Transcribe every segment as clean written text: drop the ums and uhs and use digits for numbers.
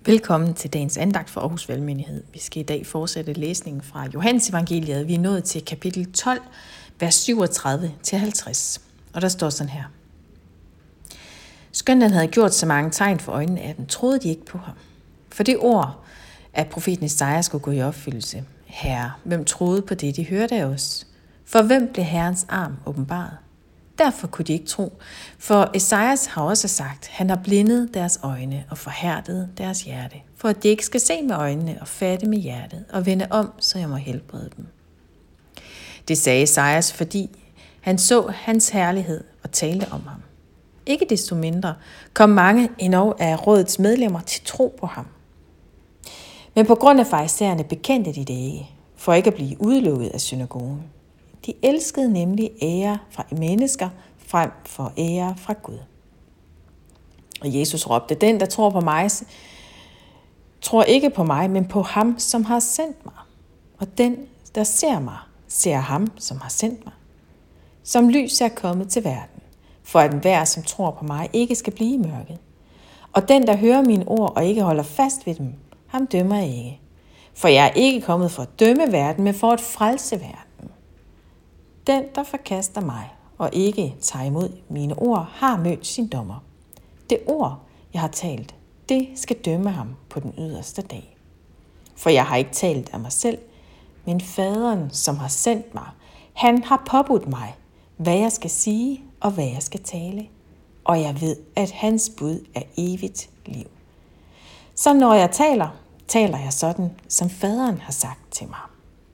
Velkommen til dagens andagt for Aarhus Valgmenighed. Vi skal i dag fortsætte læsningen fra Johannes evangeliet. Vi er nået til kapitel 12, vers 37-50. Og der står sådan her. Skønt han havde gjort så mange tegn for øjnene af dem, troede de ikke på ham. For det ord, at profeten Esajas skulle gå i opfyldelse. Herre, hvem troede på det, de hørte af os? For hvem blev Herrens arm åbenbaret? Derfor kunne de ikke tro, for Esajas har også sagt, han har blindet deres øjne og forhærdet deres hjerte, for at de ikke skal se med øjnene og fatte med hjertet og vende om, så jeg må helbrede dem. Det sagde Esajas, fordi han så hans herlighed og talte om ham. Ikke desto mindre kom mange endnu af rådets medlemmer til tro på ham. Men på grund af farisæerne bekendte de det ikke, for ikke at blive udelukket af synagogen. De elskede nemlig ære fra mennesker frem for ære fra Gud. Og Jesus råbte, den der tror på mig, tror ikke på mig, men på ham, som har sendt mig. Og den, der ser mig, ser ham, som har sendt mig. Som lys er kommet til verden, for at enhver, som tror på mig, ikke skal blive i mørket. Og den, der hører mine ord og ikke holder fast ved dem, ham dømmer jeg ikke. For jeg er ikke kommet for at dømme verden, men for at frelse verden. Den, der forkaster mig og ikke tager imod mine ord, har mødt sin dommer. Det ord, jeg har talt, det skal dømme ham på den yderste dag. For jeg har ikke talt af mig selv, men faderen, som har sendt mig, han har påbudt mig, hvad jeg skal sige og hvad jeg skal tale. Og jeg ved, at hans bud er evigt liv. Så når jeg taler jeg sådan, som faderen har sagt til mig.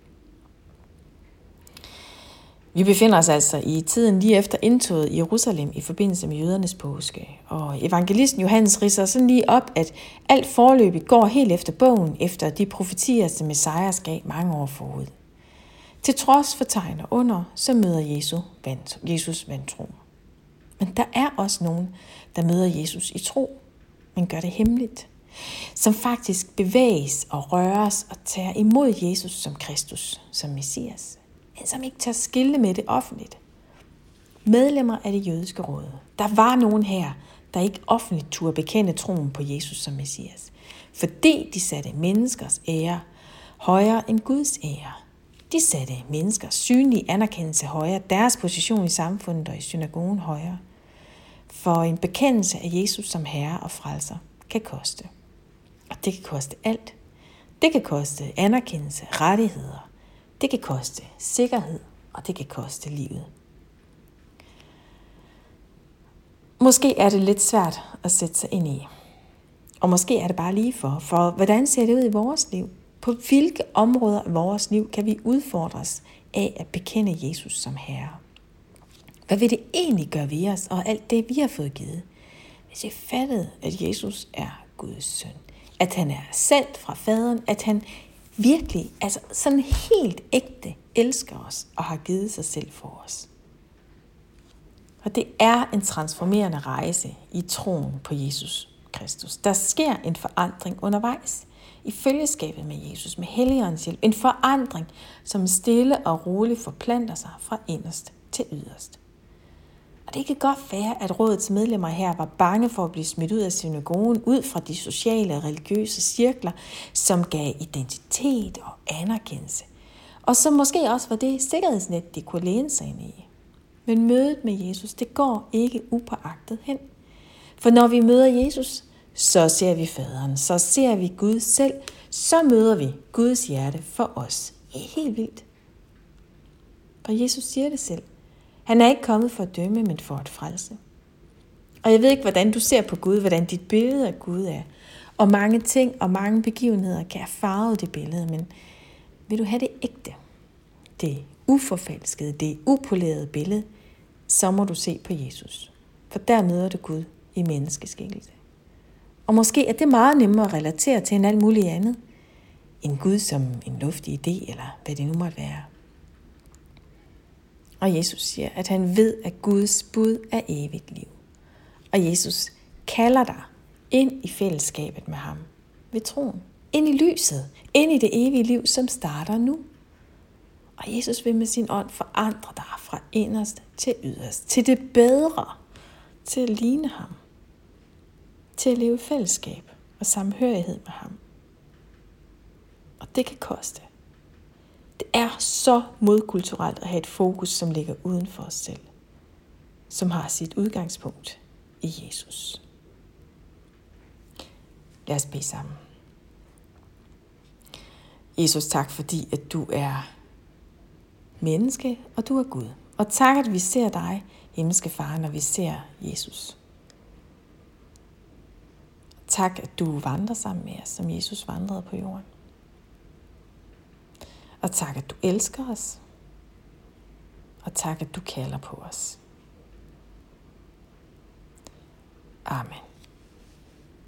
Vi befinder os altså i tiden lige efter indtoget i Jerusalem i forbindelse med jødernes påske. Og evangelisten Johannes ridser sådan lige op, at alt forløbigt går helt efter bogen, efter de profetier, som Esajas gav mange år forud. Til trods for tegn og under, så møder Jesus vantro. Men der er også nogen, der møder Jesus i tro, men gør det hemmeligt. Som faktisk bevæges og røres og tager imod Jesus som Kristus, som Messias. Men som ikke tager skille med det offentligt. Medlemmer af det jødiske råd. Der var nogen her, der ikke offentligt turde bekende troen på Jesus som Messias. Fordi de satte menneskers ære højere end Guds ære. De satte menneskers synlige anerkendelse højere, deres position i samfundet og i synagogen højere. For en bekendelse af Jesus som herre og frelser kan koste. Og det kan koste alt. Det kan koste anerkendelse, rettigheder. Det kan koste sikkerhed, og det kan koste livet. Måske er det lidt svært at sætte sig ind i. Og måske er det bare lige for hvordan ser det ud i vores liv? På hvilke områder af vores liv kan vi udfordres af at bekende Jesus som herre? Hvad vil det egentlig gøre ved os og alt det, vi har fået givet? Hvis vi fattede, at Jesus er Guds søn, at han er sendt fra faderen, at han virkelig, altså sådan helt ægte, elsker os og har givet sig selv for os. Og det er en transformerende rejse i troen på Jesus Kristus. Der sker en forandring undervejs i følgeskabet med Jesus, med Helligåndens hjælp. En forandring, som stille og roligt forplanter sig fra inderst til yderst. Og det kan godt være, at rådets medlemmer her var bange for at blive smidt ud af synagogen, ud fra de sociale og religiøse cirkler, som gav identitet og anerkendelse. Og som måske også var det sikkerhedsnet, de kunne læne sig ind i. Men mødet med Jesus, det går ikke upåagtet hen. For når vi møder Jesus, så ser vi faderen, så ser vi Gud selv, så møder vi Guds hjerte for os. Det er helt vildt. For Jesus siger det selv. Han er ikke kommet for at dømme, men for at frelse. Og jeg ved ikke, hvordan du ser på Gud, hvordan dit billede af Gud er. Og mange ting og mange begivenheder kan farve det billede, men vil du have det ægte, det uforfalskede, det upolerede billede, så må du se på Jesus. For der møder du Gud i menneskeskikkelse. Og måske er det meget nemmere at relatere til end alt muligt andet, end Gud som en luftig idé, eller hvad det nu måtte være. Og Jesus siger, at han ved, at Guds bud er evigt liv. Og Jesus kalder dig ind i fællesskabet med ham ved troen. Ind i lyset. Ind i det evige liv, som starter nu. Og Jesus vil med sin ånd forandre dig fra inderst til yderst. Til det bedre. Til at ligne ham. Til at leve i fællesskab og samhørighed med ham. Og det kan koste. Det er så modkulturelt at have et fokus, som ligger uden for os selv, som har sit udgangspunkt i Jesus. Lad os bede sammen. Jesus, tak fordi, at du er menneske, og du er Gud. Og tak, at vi ser dig, himmelske Far, når vi ser Jesus. Tak, at du vandrer sammen med os, som Jesus vandrede på jorden. Og tak, at du elsker os. Og tak, at du kalder på os. Amen.